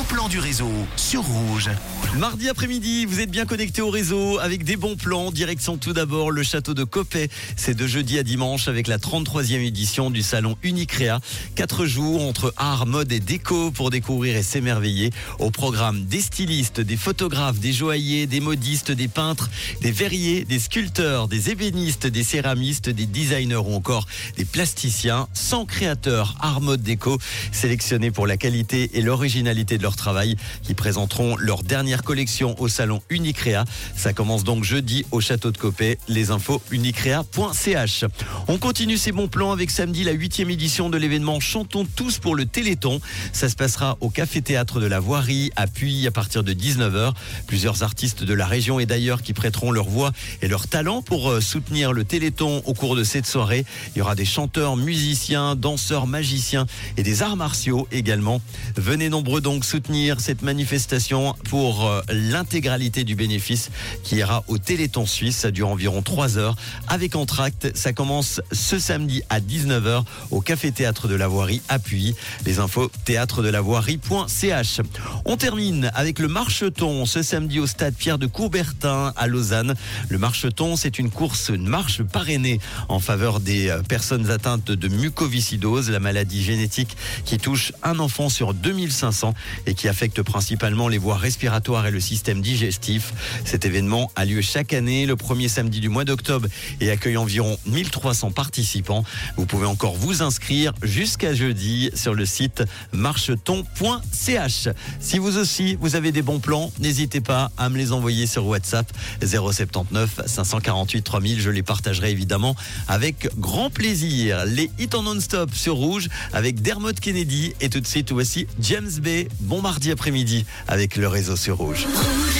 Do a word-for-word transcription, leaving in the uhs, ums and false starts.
bons plans du réseau sur Rouge. Mardi après-midi, vous êtes bien connectés au réseau avec des bons plans. Direction tout d'abord le château de Coppet. C'est de jeudi à dimanche avec la trente-troisième édition du salon Unicrea. Quatre jours entre art, mode et déco pour découvrir et s'émerveiller. Au programme des stylistes, des photographes, des joailliers, des modistes, des peintres, des verriers, des sculpteurs, des ébénistes, des céramistes, des designers ou encore des plasticiens. cent créateurs art, mode, déco sélectionnés pour la qualité et l'originalité de leur travail qui présenteront leur dernière collection au salon Unicrea. Ça commence donc jeudi au château de Coppet. Les infos unicrea point c h. On continue ces bons plans avec samedi la huitième édition de l'événement Chantons tous pour le Téléthon. Ça se passera au Café Théâtre de la Voirie à Puy à partir de dix-neuf heures. Plusieurs artistes de la région et d'ailleurs qui prêteront leur voix et leur talent pour soutenir le Téléthon au cours de cette soirée. Il y aura des chanteurs, musiciens, danseurs, magiciens et des arts martiaux également. Venez nombreux donc soutenir cette manifestation pour l'intégralité du bénéfice qui ira au Téléthon Suisse. Ça dure environ trois heures avec entracte. Ça commence ce samedi à dix-neuf heures au Café Théâtre de la Voirie à Puy. Les infos théâtre de la voirie point c h. On termine avec le marcheton ce samedi au stade Pierre de Coubertin à Lausanne. Le marcheton, c'est une course, une marche parrainée en faveur des personnes atteintes de mucoviscidose, la maladie génétique qui touche un enfant sur deux mille cinq cents et qui affecte principalement les voies respiratoires et le système digestif. Cet événement a lieu chaque année le premier samedi du mois d'octobre et accueille environ mille trois cents participants. Vous pouvez encore vous inscrire jusqu'à jeudi sur le site marcheton point c h. Si vous aussi vous avez des bons plans, n'hésitez pas à me les envoyer sur WhatsApp zéro sept neuf cinq cent quarante-huit trois mille. Je les partagerai évidemment avec grand plaisir. Les hits en non-stop sur Rouge avec Dermot Kennedy et tout de suite voici James Bay. Bon mardi après-midi avec le réseau sur Rouge.